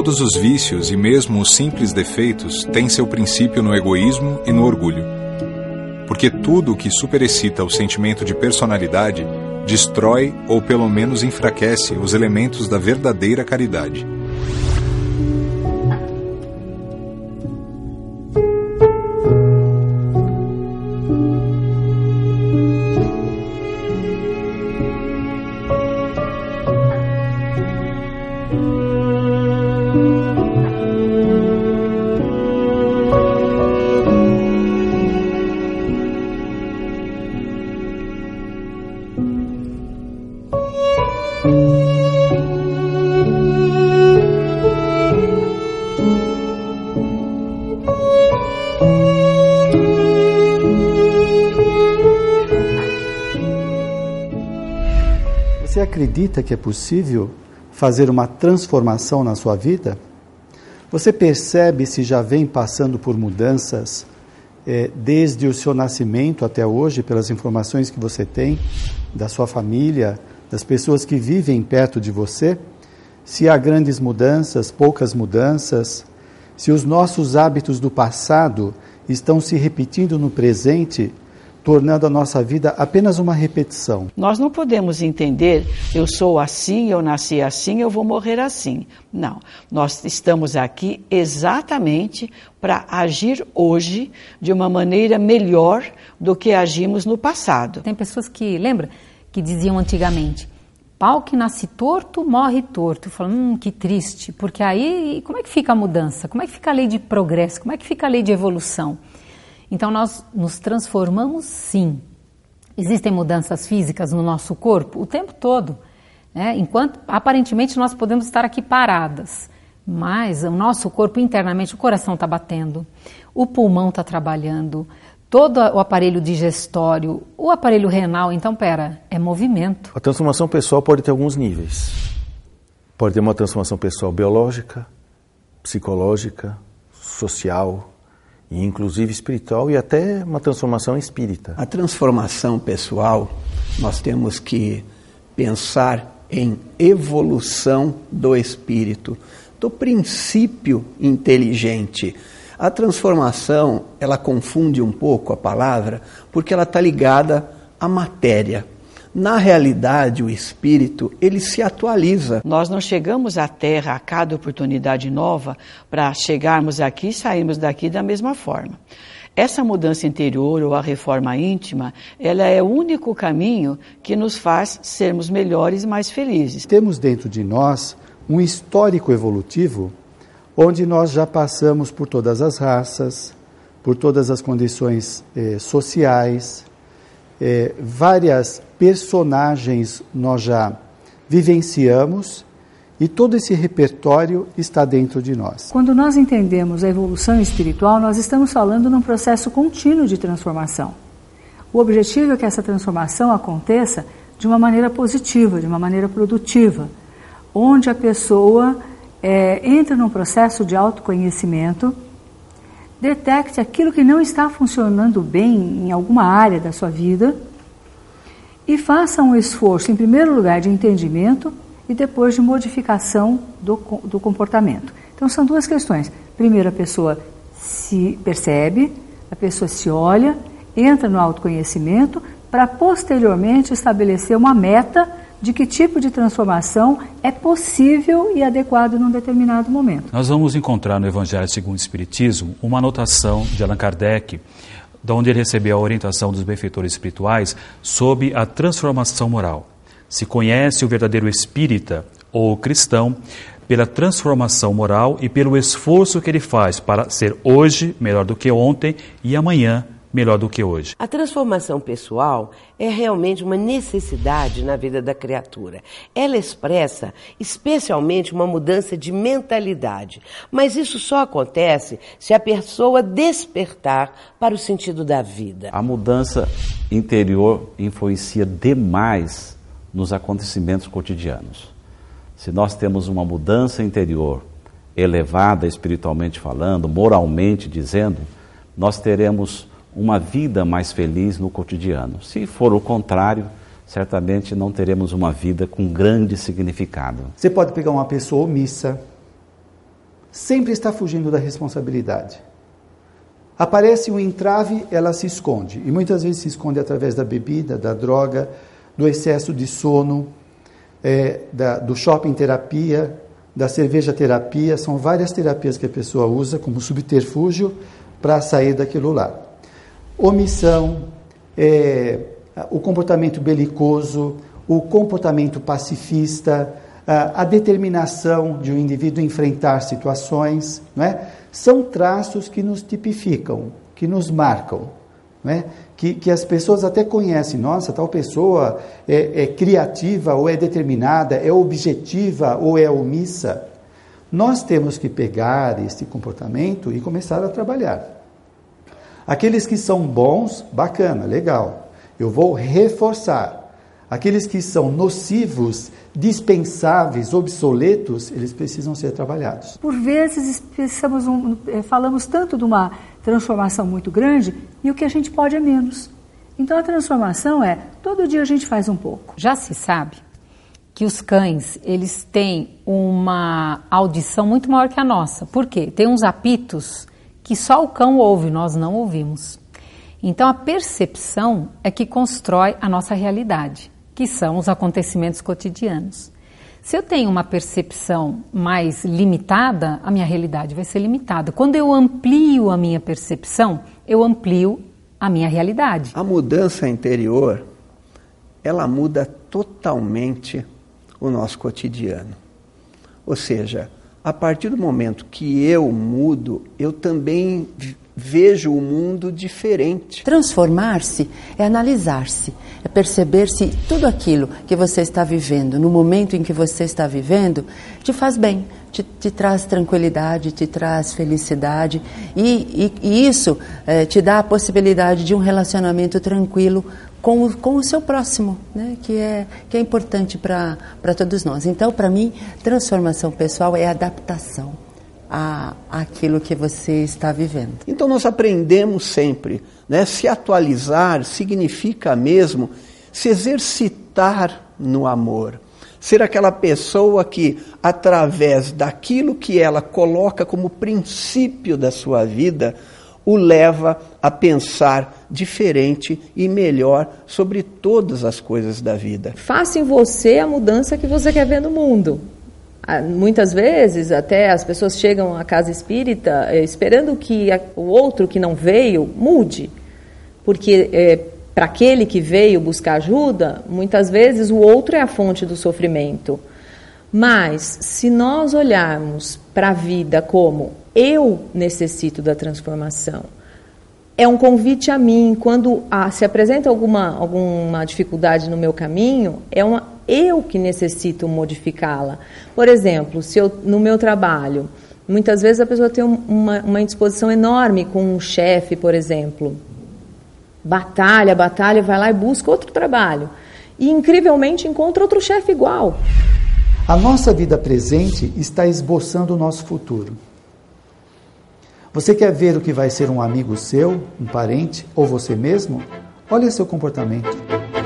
Todos os vícios e mesmo os simples defeitos têm seu princípio no egoísmo e no orgulho. Porque tudo o que superexcita o sentimento de personalidade destrói ou pelo menos enfraquece os elementos da verdadeira caridade. Você acredita que é possível fazer uma transformação na sua vida? Você percebe se já vem passando por mudanças desde o seu nascimento até hoje, pelas informações que você tem da sua família, das pessoas que vivem perto de você? Se há grandes mudanças, poucas mudanças, se os nossos hábitos do passado estão se repetindo no presente, tornando a nossa vida apenas uma repetição. Nós não podemos entender, eu sou assim, eu nasci assim, eu vou morrer assim. Não, nós estamos aqui exatamente para agir hoje de uma maneira melhor do que agimos no passado. Tem pessoas que, lembra, que diziam antigamente, pau que nasce torto, morre torto. Falam, que triste, porque aí como é que fica a mudança? Como é que fica a lei de progresso? Como é que fica a lei de evolução? Então, nós nos transformamos, sim. Existem mudanças físicas no nosso corpo o tempo todo, né? Enquanto, aparentemente, nós podemos estar aqui paradas, mas o nosso corpo internamente, o coração está batendo, o pulmão está trabalhando, todo o aparelho digestório, o aparelho renal, então, é movimento. A transformação pessoal pode ter alguns níveis. Pode ter uma transformação pessoal biológica, psicológica, social, e inclusive espiritual e até uma transformação espírita. A transformação pessoal, nós temos que pensar em evolução do espírito, do princípio inteligente. A transformação, ela confunde um pouco a palavra, porque ela está ligada à matéria. Na realidade, o espírito, ele se atualiza. Nós não chegamos à Terra a cada oportunidade nova para chegarmos aqui e sairmos daqui da mesma forma. Essa mudança interior ou a reforma íntima, ela é o único caminho que nos faz sermos melhores e mais felizes. Temos dentro de nós um histórico evolutivo onde nós já passamos por todas as raças, por todas as condições sociais, várias personagens nós já vivenciamos e todo esse repertório está dentro de nós. Quando nós entendemos a evolução espiritual, nós estamos falando num processo contínuo de transformação. O objetivo é que essa transformação aconteça de uma maneira positiva, de uma maneira produtiva, onde a pessoa entra num processo de autoconhecimento, detecte aquilo que não está funcionando bem em alguma área da sua vida e faça um esforço, em primeiro lugar, de entendimento e depois de modificação do comportamento. Então, são duas questões. Primeiro, a pessoa se percebe, a pessoa se olha, entra no autoconhecimento para, posteriormente, estabelecer uma meta de que tipo de transformação é possível e adequado num determinado momento. Nós vamos encontrar no Evangelho segundo o Espiritismo uma anotação de Allan Kardec, de onde ele recebeu a orientação dos benfeitores espirituais sobre a transformação moral. Se conhece o verdadeiro espírita ou cristão pela transformação moral e pelo esforço que ele faz para ser hoje melhor do que ontem e amanhã melhor do que hoje. A transformação pessoal é realmente uma necessidade na vida da criatura. Ela expressa especialmente uma mudança de mentalidade, mas isso só acontece se a pessoa despertar para o sentido da vida. A mudança interior influencia demais nos acontecimentos cotidianos. Se nós temos uma mudança interior elevada espiritualmente falando, moralmente dizendo, nós teremos uma vida mais feliz no cotidiano. Se for o contrário, certamente não teremos uma vida com grande significado. Você pode pegar uma pessoa omissa, sempre está fugindo da responsabilidade. Aparece um entrave, ela se esconde. E muitas vezes se esconde através da bebida, da droga, do excesso de sono, do shopping terapia, da cerveja terapia. São várias terapias que a pessoa usa como subterfúgio para sair daquilo lá. Omissão, o comportamento belicoso, o comportamento pacifista, a determinação de um indivíduo enfrentar situações, não é? São traços que nos tipificam, que nos marcam, não é? Que as pessoas até conhecem. Nossa, tal pessoa é criativa ou é determinada, é objetiva ou é omissa. Nós temos que pegar este comportamento e começar a trabalhar. Aqueles que são bons, bacana, legal, eu vou reforçar. Aqueles que são nocivos, dispensáveis, obsoletos, eles precisam ser trabalhados. Por vezes falamos tanto de uma transformação muito grande e o que a gente pode é menos. Então a transformação todo dia a gente faz um pouco. Já se sabe que os cães, eles têm uma audição muito maior que a nossa. Por quê? Tem uns apitos que só o cão ouve, nós não ouvimos. Então a percepção é que constrói a nossa realidade, que são os acontecimentos cotidianos. Se eu tenho uma percepção mais limitada, a minha realidade vai ser limitada. Quando eu amplio a minha percepção, eu amplio a minha realidade. A mudança interior, ela muda totalmente o nosso cotidiano. Ou seja, a partir do momento que eu mudo, eu também vejo o mundo diferente. Transformar-se é analisar-se, é perceber se tudo aquilo que você está vivendo, no momento em que você está vivendo, te faz bem, te traz tranquilidade, te traz felicidade e isso te dá a possibilidade de um relacionamento tranquilo com o seu próximo, né? que é importante para todos nós. Então, para mim, transformação pessoal é adaptação àquilo que você está vivendo. Então nós aprendemos sempre, né? Se atualizar significa mesmo se exercitar no amor. Ser aquela pessoa que, através daquilo que ela coloca como princípio da sua vida, o leva a pensar diferente e melhor sobre todas as coisas da vida. Faça em você a mudança que você quer ver no mundo. Muitas vezes, até as pessoas chegam à casa espírita esperando que o outro que não veio mude. Porque para aquele que veio buscar ajuda, muitas vezes o outro é a fonte do sofrimento. Mas, se nós olharmos para a vida como eu necessito da transformação, é um convite a mim. Quando se apresenta alguma dificuldade no meu caminho, eu que necessito modificá-la. Por exemplo, se no meu trabalho, muitas vezes a pessoa tem uma indisposição enorme com um chefe, por exemplo. Batalha, vai lá e busca outro trabalho. E, incrivelmente, encontra outro chefe igual. A nossa vida presente está esboçando o nosso futuro. Você quer ver o que vai ser um amigo seu, um parente ou você mesmo? Olha seu comportamento.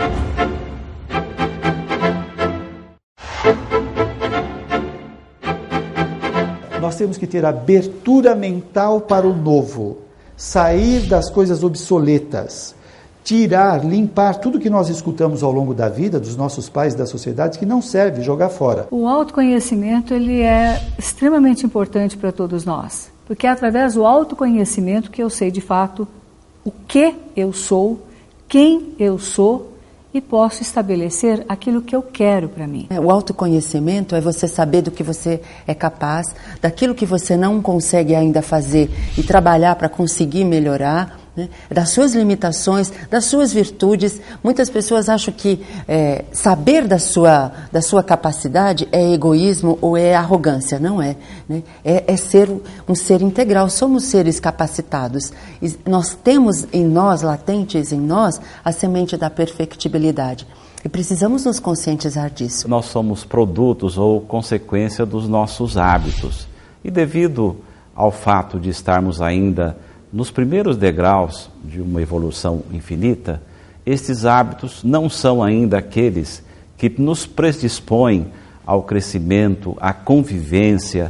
Nós temos que ter abertura mental para o novo, sair das coisas obsoletas, tirar, limpar tudo que nós escutamos ao longo da vida, dos nossos pais, da sociedade, que não serve, jogar fora. O autoconhecimento ele é extremamente importante para todos nós, porque é através do autoconhecimento que eu sei de fato o que eu sou, quem eu sou, e posso estabelecer aquilo que eu quero para mim. O autoconhecimento é você saber do que você é capaz, daquilo que você não consegue ainda fazer e trabalhar para conseguir melhorar, né? Das suas limitações, das suas virtudes. Muitas pessoas acham que saber da sua capacidade é egoísmo ou é arrogância. Não é, né? É ser um ser integral. Somos seres capacitados. E nós temos em nós, latentes em nós, a semente da perfectibilidade. E precisamos nos conscientizar disso. Nós somos produtos ou consequência dos nossos hábitos. E devido ao fato de estarmos ainda nos primeiros degraus de uma evolução infinita, estes hábitos não são ainda aqueles que nos predispõem ao crescimento, à convivência,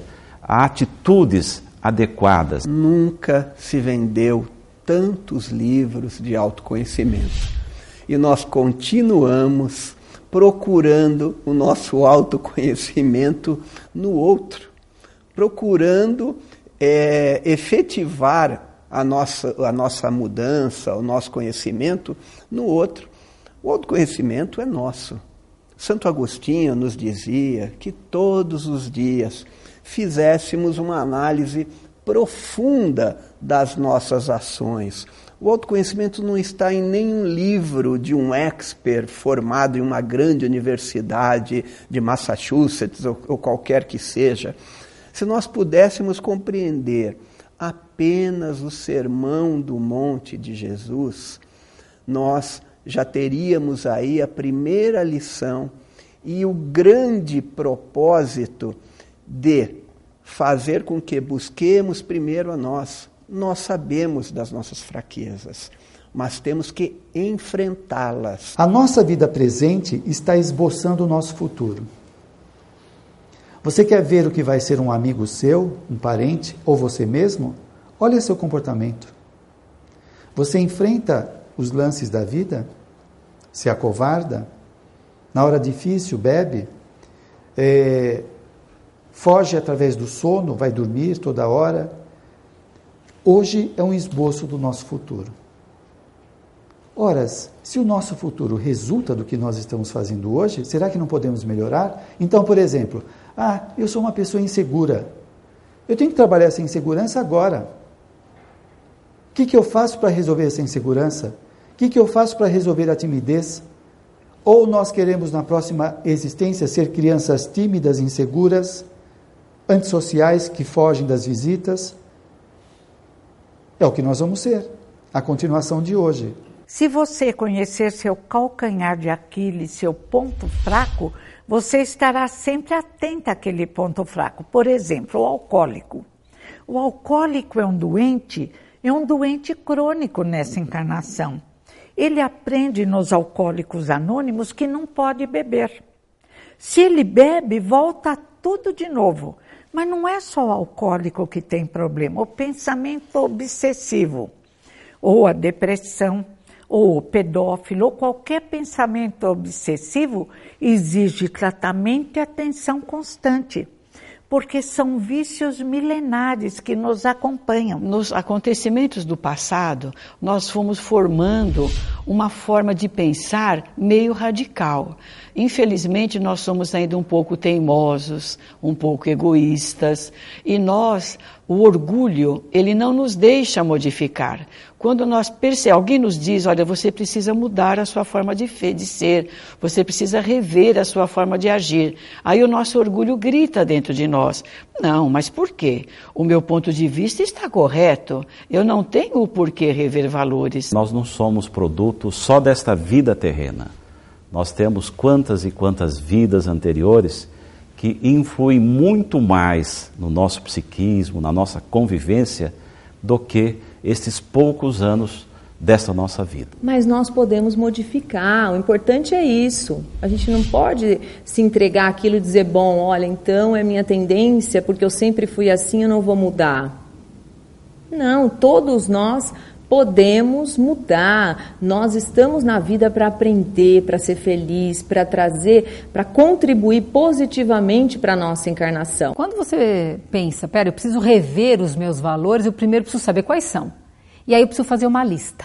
a atitudes adequadas. Nunca se vendeu tantos livros de autoconhecimento. E nós continuamos procurando o nosso autoconhecimento no outro, procurando efetivar a nossa mudança, o nosso conhecimento no outro. O autoconhecimento é nosso. Santo Agostinho nos dizia que todos os dias fizéssemos uma análise profunda das nossas ações. O autoconhecimento não está em nenhum livro de um expert formado em uma grande universidade de Massachusetts ou qualquer que seja. Se nós pudéssemos compreender apenas o Sermão do Monte de Jesus, nós já teríamos aí a primeira lição e o grande propósito de fazer com que busquemos primeiro a nós. Nós sabemos das nossas fraquezas, mas temos que enfrentá-las. A nossa vida presente está esboçando o nosso futuro. Você quer ver o que vai ser um amigo seu, um parente ou você mesmo? Olha seu comportamento. Você enfrenta os lances da vida? Se acovarda? Na hora difícil, bebe? Foge através do sono? Vai dormir toda hora? Hoje é um esboço do nosso futuro. Ora, se o nosso futuro resulta do que nós estamos fazendo hoje, será que não podemos melhorar? Então, por exemplo, eu sou uma pessoa insegura. Eu tenho que trabalhar essa insegurança agora. O que eu faço para resolver essa insegurança? O que eu faço para resolver a timidez? Ou nós queremos, na próxima existência, ser crianças tímidas, inseguras, antissociais, que fogem das visitas? É o que nós vamos ser, a continuação de hoje. Se você conhecer seu calcanhar de Aquiles, seu ponto fraco, você estará sempre atento àquele ponto fraco. Por exemplo, o alcoólico. O alcoólico é um doente crônico nessa encarnação. Ele aprende nos Alcoólicos Anônimos que não pode beber. Se ele bebe, volta tudo de novo. Mas não é só o alcoólico que tem problema. O pensamento obsessivo, ou a depressão, ou o pedófilo, ou qualquer pensamento obsessivo exige tratamento e atenção constante. Porque são vícios milenares que nos acompanham. Nos acontecimentos do passado, nós fomos formando uma forma de pensar meio radical. Infelizmente, nós somos ainda um pouco teimosos, um pouco egoístas, e o orgulho, ele não nos deixa modificar. Quando alguém nos diz, olha, você precisa mudar a sua forma de ser, você precisa rever a sua forma de agir. Aí o nosso orgulho grita dentro de nós. Não, mas por quê? O meu ponto de vista está correto. Eu não tenho o porquê rever valores. Nós não somos produto só desta vida terrena. Nós temos quantas e quantas vidas anteriores que influem muito mais no nosso psiquismo, na nossa convivência, do que estes poucos anos desta nossa vida. Mas nós podemos modificar, o importante é isso. A gente não pode se entregar àquilo e dizer, bom, olha, então é minha tendência, porque eu sempre fui assim, eu não vou mudar. Não, todos nós podemos mudar. Nós estamos na vida para aprender, para ser feliz, para trazer, para contribuir positivamente para a nossa encarnação. Quando você pensa, eu preciso rever os meus valores, eu primeiro preciso saber quais são. E aí eu preciso fazer uma lista.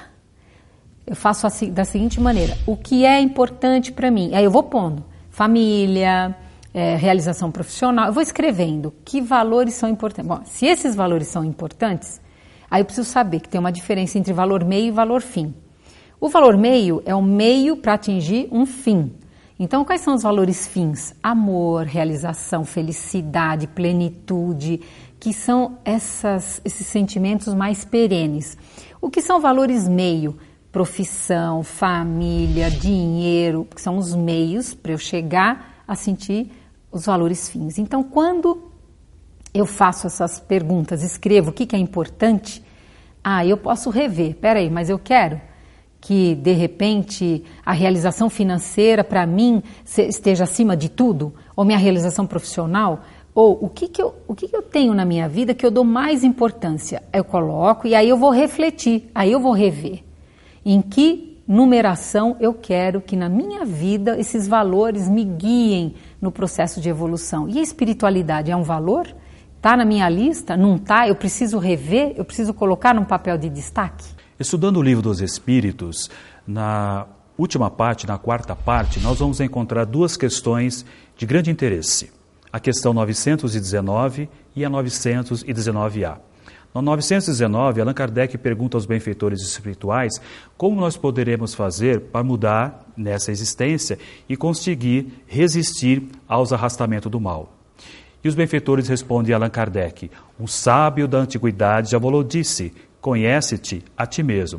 Eu faço assim, da seguinte maneira, o que é importante para mim? Aí eu vou pondo família, realização profissional, eu vou escrevendo que valores são importantes. Bom, se esses valores são importantes, aí eu preciso saber que tem uma diferença entre valor meio e valor fim. O valor meio é um meio para atingir um fim. Então, quais são os valores fins? Amor, realização, felicidade, plenitude, que são esses sentimentos mais perenes. O que são valores meio? Profissão, família, dinheiro, que são os meios para eu chegar a sentir os valores fins. Então, quando eu faço essas perguntas, escrevo o que é importante, eu posso rever. Peraí, mas eu quero que, de repente, a realização financeira, para mim, esteja acima de tudo? Ou minha realização profissional? Ou o que eu tenho na minha vida que eu dou mais importância? Eu coloco e aí eu vou refletir, aí eu vou rever. Em que numeração eu quero que na minha vida esses valores me guiem no processo de evolução. E a espiritualidade é um valor? Está na minha lista? Não está? Eu preciso rever? Eu preciso colocar num papel de destaque? Estudando o Livro dos Espíritos, na última parte, na quarta parte, nós vamos encontrar duas questões de grande interesse. A questão 919 e a 919A. No 919, Allan Kardec pergunta aos benfeitores espirituais como nós poderemos fazer para mudar nessa existência e conseguir resistir aos arrastamentos do mal. E os benfeitores respondem a Allan Kardec: um sábio da antiguidade já vos disse, conhece-te a ti mesmo,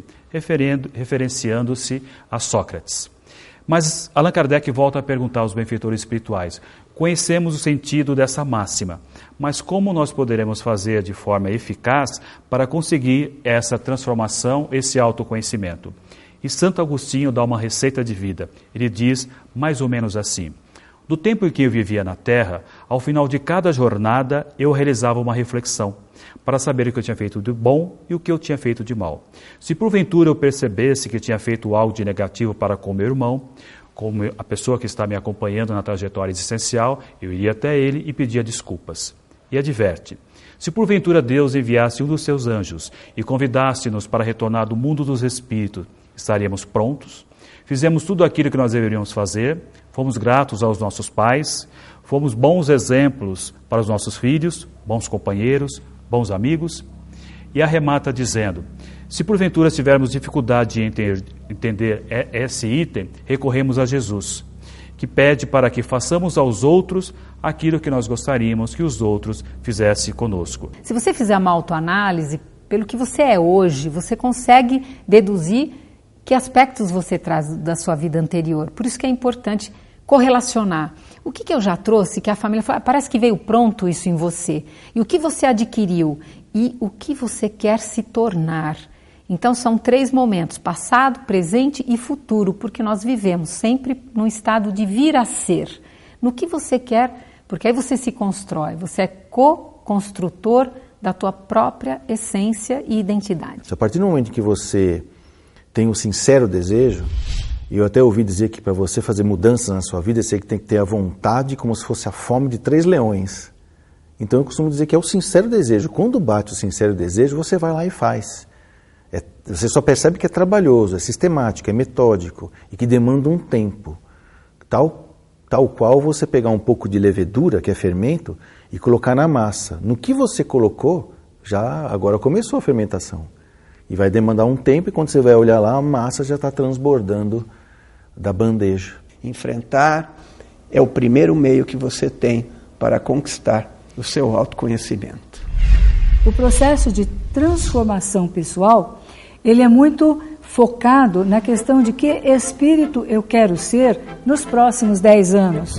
referenciando-se a Sócrates. Mas Allan Kardec volta a perguntar aos benfeitores espirituais: conhecemos o sentido dessa máxima, mas como nós poderemos fazer de forma eficaz para conseguir essa transformação, esse autoconhecimento? E Santo Agostinho dá uma receita de vida. Ele diz mais ou menos assim: do tempo em que eu vivia na Terra, ao final de cada jornada eu realizava uma reflexão para saber o que eu tinha feito de bom e o que eu tinha feito de mal. Se porventura eu percebesse que tinha feito algo de negativo para com meu irmão, como a pessoa que está me acompanhando na trajetória existencial, eu iria até ele e pedia desculpas. E adverte: se porventura Deus enviasse um dos seus anjos e convidasse-nos para retornar do mundo dos espíritos, estaríamos prontos? Fizemos tudo aquilo que nós deveríamos fazer, fomos gratos aos nossos pais, fomos bons exemplos para os nossos filhos, bons companheiros, bons amigos? E arremata dizendo: se porventura tivermos dificuldade em entender esse item, recorremos a Jesus, que pede para que façamos aos outros aquilo que nós gostaríamos que os outros fizessem conosco. Se você fizer uma autoanálise, pelo que você é hoje, você consegue deduzir que aspectos você traz da sua vida anterior. Por isso que é importante correlacionar. O que eu já trouxe, que a família fala, parece que veio pronto isso em você. E o que você adquiriu e o que você quer se tornar. Então são 3 momentos, passado, presente e futuro, porque nós vivemos sempre num estado de vir a ser. No que você quer, porque aí você se constrói, você é co-construtor da tua própria essência e identidade. A partir do momento que você tem um sincero desejo, e eu até ouvi dizer que para você fazer mudanças na sua vida, você tem que ter a vontade como se fosse a fome de 3 leões. Então eu costumo dizer que é o sincero desejo. Quando bate o sincero desejo, você vai lá e faz. Você só percebe que é trabalhoso, é sistemático, é metódico e que demanda um tempo. Tal qual você pegar um pouco de levedura, que é fermento, e colocar na massa. No que você colocou, já agora começou a fermentação. E vai demandar um tempo, e quando você vai olhar lá, a massa já está transbordando da bandeja. Enfrentar é o primeiro meio que você tem para conquistar o seu autoconhecimento. O processo de transformação pessoal, ele é muito focado na questão de que espírito eu quero ser nos próximos 10 anos.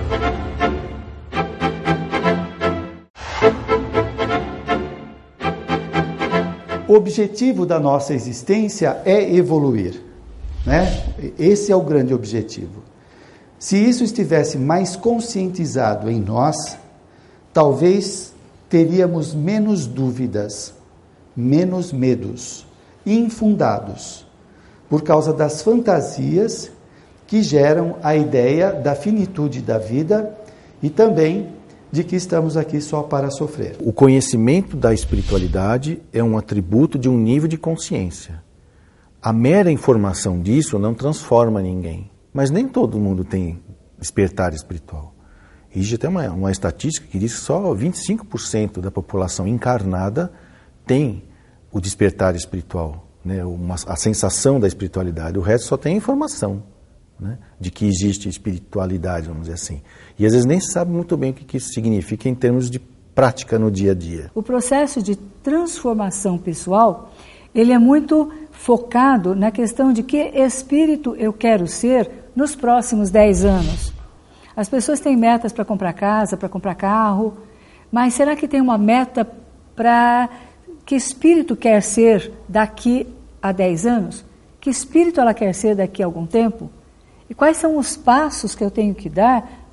O objetivo da nossa existência é evoluir, né? Esse é o grande objetivo. Se isso estivesse mais conscientizado em nós, talvez teríamos menos dúvidas, menos medos infundados, por causa das fantasias que geram a ideia da finitude da vida e também de que estamos aqui só para sofrer. O conhecimento da espiritualidade é um atributo de um nível de consciência. A mera informação disso não transforma ninguém. Mas nem todo mundo tem despertar espiritual. Existe até uma estatística que diz que só 25% da população encarnada tem o despertar espiritual, né? A sensação da espiritualidade. O resto só tem informação, né? De que existe espiritualidade, vamos dizer assim. E às vezes nem sabe muito bem o que isso significa em termos de prática no dia a dia. O processo de transformação pessoal, ele é muito focado na questão de que espírito eu quero ser nos próximos 10 anos. As pessoas têm metas para comprar casa, para comprar carro, mas será que tem uma meta para que espírito quer ser daqui a 10 anos? Que espírito ela quer ser daqui a algum tempo? E quais são os passos que eu tenho que dar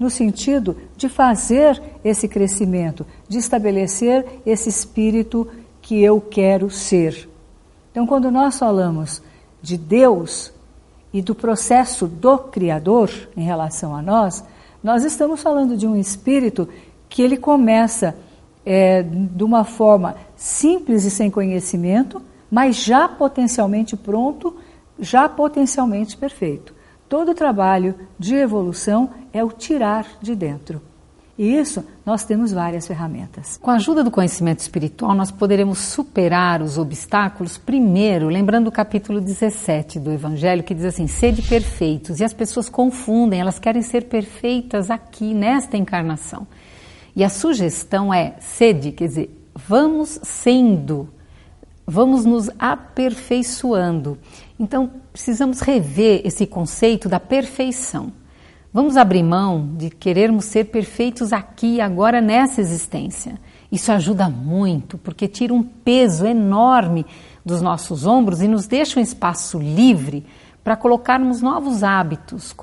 no sentido de fazer esse crescimento, de estabelecer esse espírito que eu quero ser. Então, quando nós falamos de Deus e do processo do Criador em relação a nós estamos falando de um espírito que ele começa de uma forma simples e sem conhecimento, mas já potencialmente pronto, já potencialmente perfeito. Todo o trabalho de evolução é o tirar de dentro. E isso, nós temos várias ferramentas. Com a ajuda do conhecimento espiritual, nós poderemos superar os obstáculos, primeiro, lembrando o capítulo 17 do Evangelho, que diz assim, sede perfeitos. E as pessoas confundem, elas querem ser perfeitas aqui, nesta encarnação. E a sugestão é sede, quer dizer, vamos sendo, vamos nos aperfeiçoando. Então, precisamos rever esse conceito da perfeição. Vamos abrir mão de querermos ser perfeitos aqui, agora, nessa existência. Isso ajuda muito, porque tira um peso enorme dos nossos ombros e nos deixa um espaço livre para colocarmos novos hábitos,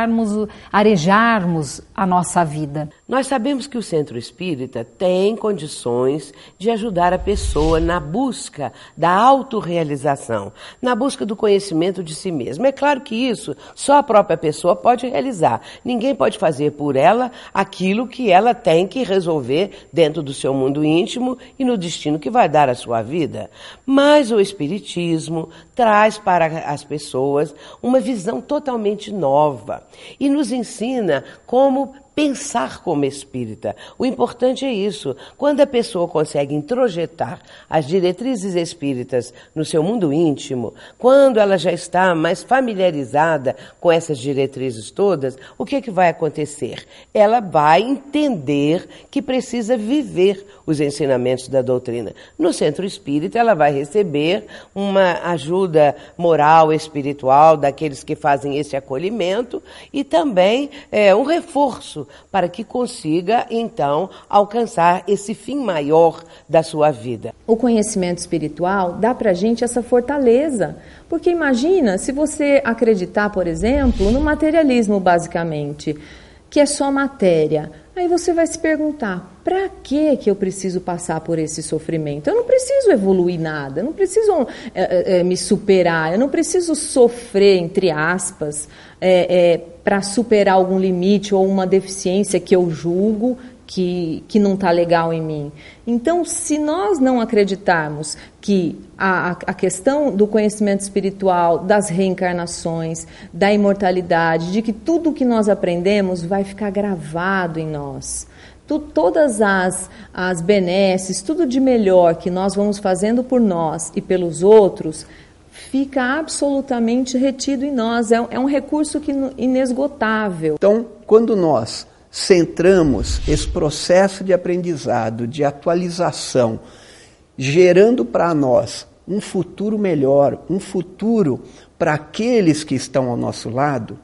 arejarmos a nossa vida. Nós sabemos que o Centro Espírita tem condições de ajudar a pessoa na busca da autorrealização, na busca do conhecimento de si mesma. É claro que isso só a própria pessoa pode realizar. Ninguém pode fazer por ela aquilo que ela tem que resolver dentro do seu mundo íntimo e no destino que vai dar à sua vida. Mas o Espiritismo traz para as pessoas uma visão totalmente nova e nos ensina como pensar como espírita. O importante é isso. Quando a pessoa consegue introjetar as diretrizes espíritas no seu mundo íntimo, quando ela já está mais familiarizada com essas diretrizes todas, o que vai acontecer? Ela vai entender que precisa viver os ensinamentos da doutrina. No Centro Espírita, ela vai receber uma ajuda moral, espiritual, daqueles que fazem esse acolhimento e também um reforço para que consiga, então, alcançar esse fim maior da sua vida. O conhecimento espiritual dá para a gente essa fortaleza, porque imagina se você acreditar, por exemplo, no materialismo, basicamente, que é só matéria. Aí você vai se perguntar, para que eu preciso passar por esse sofrimento? Eu não preciso evoluir nada, eu não preciso me superar, eu não preciso sofrer, entre aspas, para superar algum limite ou uma deficiência que eu julgo que não está legal em mim. Então, se nós não acreditarmos que a questão do conhecimento espiritual, das reencarnações, da imortalidade, de que tudo o que nós aprendemos vai ficar gravado em nós, todas as benesses, tudo de melhor que nós vamos fazendo por nós e pelos outros, fica absolutamente retido em nós. É um recurso inesgotável. Então, quando nós centramos esse processo de aprendizado, de atualização, gerando para nós um futuro melhor, um futuro para aqueles que estão ao nosso lado,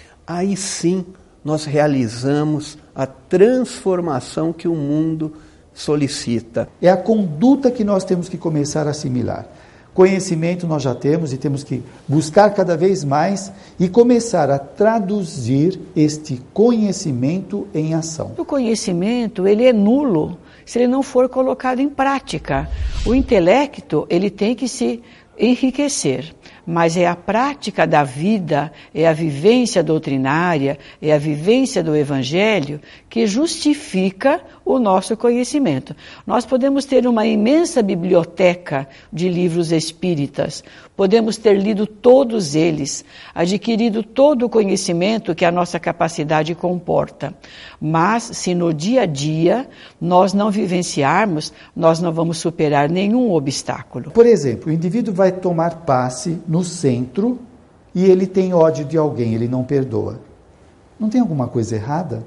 aí sim nós realizamos a transformação que o mundo solicita. É a conduta que nós temos que começar a assimilar. Conhecimento nós já temos e temos que buscar cada vez mais e começar a traduzir este conhecimento em ação. O conhecimento, ele é nulo se ele não for colocado em prática. O intelecto, ele tem que se enriquecer, mas é a prática da vida, é a vivência doutrinária, é a vivência do Evangelho que justifica o nosso conhecimento. Nós podemos ter uma imensa biblioteca de livros espíritas, podemos ter lido todos eles, adquirido todo o conhecimento que a nossa capacidade comporta, mas se no dia a dia nós não vivenciarmos, nós não vamos superar nenhum obstáculo. Por exemplo, o indivíduo vai tomar passe no centro e ele tem ódio de alguém, ele não perdoa. Não tem alguma coisa errada?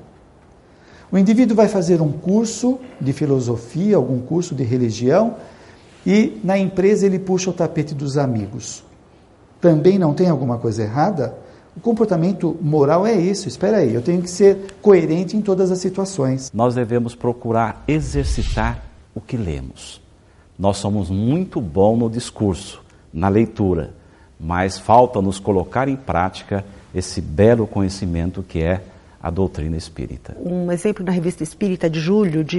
O indivíduo vai fazer um curso de filosofia, algum curso de religião, e na empresa ele puxa o tapete dos amigos. Também não tem alguma coisa errada? O comportamento moral é isso. Espera aí, eu tenho que ser coerente em todas as situações. Nós devemos procurar exercitar o que lemos. Nós somos muito bons no discurso, na leitura, mas falta nos colocar em prática esse belo conhecimento que é a doutrina espírita. Um exemplo na Revista Espírita de julho de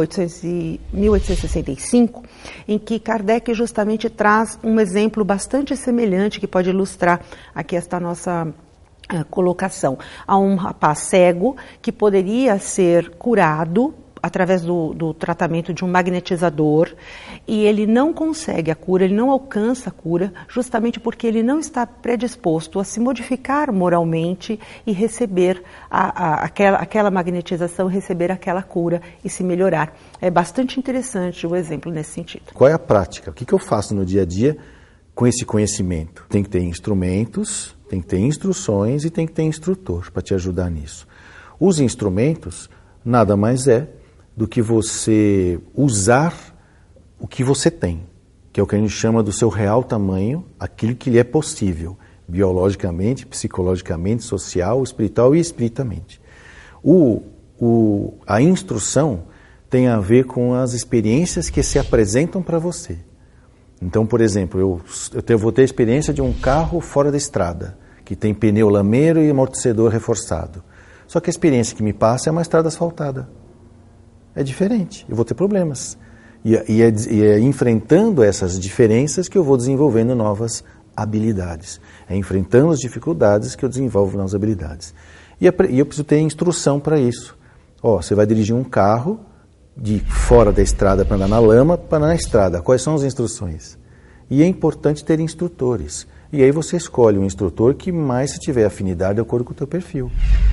1865, em que Kardec justamente traz um exemplo bastante semelhante que pode ilustrar aqui esta nossa colocação. Há um rapaz cego que poderia ser curado através do tratamento de um magnetizador, e ele não consegue a cura, ele não alcança a cura, justamente porque ele não está predisposto a se modificar moralmente e receber aquela magnetização, receber aquela cura e se melhorar. É bastante interessante o exemplo nesse sentido. Qual é a prática? O que eu faço no dia a dia com esse conhecimento? Tem que ter instrumentos, tem que ter instruções e tem que ter instrutor para te ajudar nisso. Os instrumentos nada mais é do que você usar o que você tem, que é o que a gente chama do seu real tamanho, aquilo que lhe é possível, biologicamente, psicologicamente, social, espiritual e espiritamente. A instrução tem a ver com as experiências que se apresentam para você. Então, por exemplo, eu vou ter a experiência de um carro fora da estrada, que tem pneu lameiro e amortecedor reforçado. Só que a experiência que me passa é uma estrada asfaltada. É diferente, eu vou ter problemas. E é enfrentando essas diferenças que eu vou desenvolvendo novas habilidades. É enfrentando as dificuldades que eu desenvolvo novas habilidades. E eu preciso ter instrução para isso. Você vai dirigir um carro de fora da estrada para andar na lama, para andar na estrada. Quais são as instruções? E é importante ter instrutores. E aí você escolhe um instrutor que mais se tiver afinidade de acordo com o teu perfil.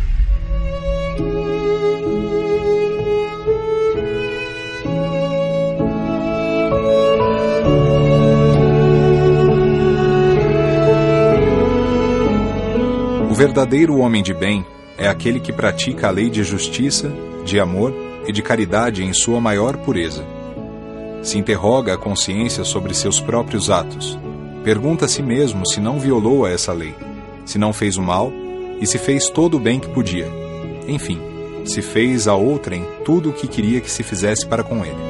O verdadeiro homem de bem é aquele que pratica a lei de justiça, de amor e de caridade em sua maior pureza. Se interroga a consciência sobre seus próprios atos. Pergunta a si mesmo se não violou a essa lei, se não fez o mal e se fez todo o bem que podia. Enfim, se fez a outrem tudo o que queria que se fizesse para com ele.